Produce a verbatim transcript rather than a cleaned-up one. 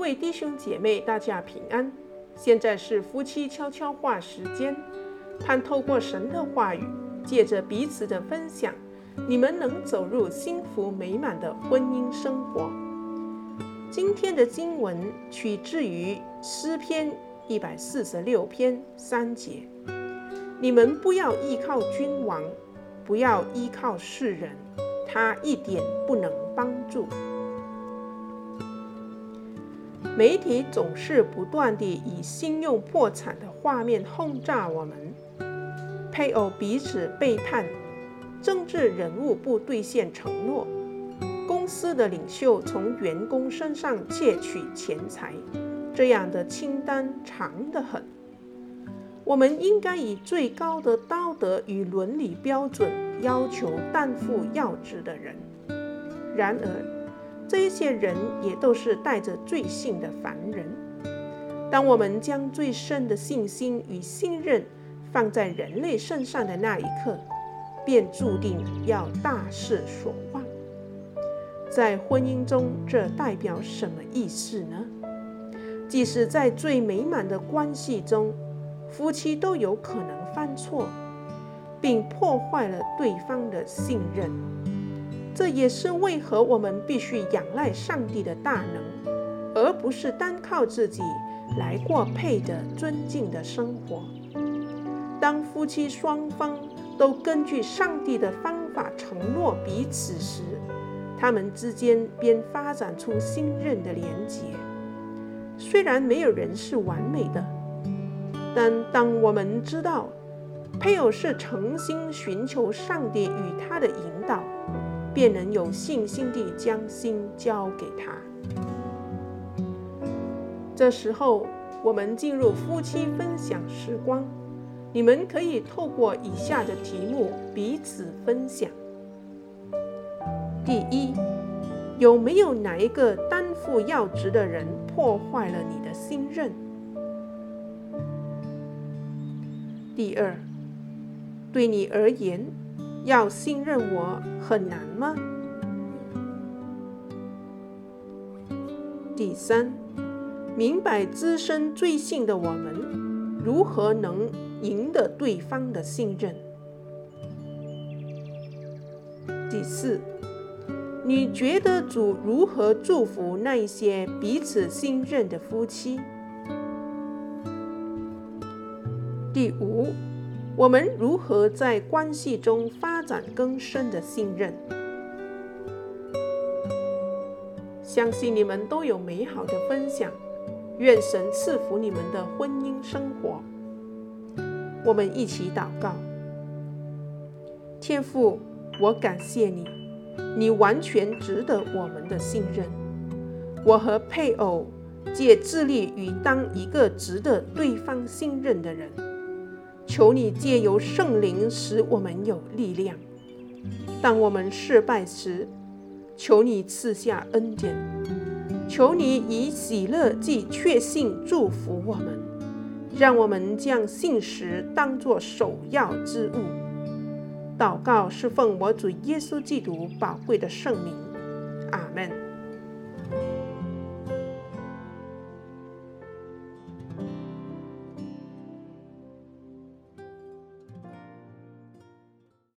位弟兄姐妹，大家平安。现在是夫妻悄悄话时间，盼透过神的话语，借着彼此的分享，你们能走入幸福美满的婚姻生活。今天的经文取自于诗篇一百四十六篇三节，你们不要依靠君王，不要依靠世人，他一点不能帮助。媒体总是不断地以信用破产的画面轰炸我们，配偶彼此背叛，政治人物不兑现承诺，公司的领袖从员工身上窃取钱财，这样的清单长得很。我们应该以最高的道德与伦理标准要求担负要职的人，然而这些人也都是带着罪性的凡人。当我们将最深的信心与信任放在人类身上的那一刻，便注定要大失所望。在婚姻中，这代表什么意思呢？即使在最美满的关系中，夫妻都有可能犯错，并破坏了对方的信任。这也是为何我们必须仰赖上帝的大能，而不是单靠自己来过配得尊敬的生活。当夫妻双方都根据上帝的方法承诺彼此时，他们之间便发展出信任的连结。虽然没有人是完美的，但当我们知道配偶是诚心寻求上帝与他的引导，便能有信心地将心交给他。这时候，我们进入夫妻分享时光，你们可以透过以下的题目彼此分享。第一，有没有哪一个担负要职的人破坏了你的信任？第二，对你而言，要信任我很难吗？第三，明白自身罪性的我们，如何能赢得对方的信任？第四，你觉得主如何祝福那一些彼此信任的夫妻？第五，我们如何在关系中发展更深的信任？相信你们都有美好的分享，愿神赐福你们的婚姻生活。我们一起祷告。天父，我感谢你，你完全值得我们的信任。我和配偶皆致力于当一个值得对方信任的人。求你借由圣灵使我们有力量。当我们失败时，求你赐下恩典。求你以喜乐既确信祝福我们，让我们将信实当作首要之物。祷告是奉我主耶稣基督宝贵的圣名，阿们。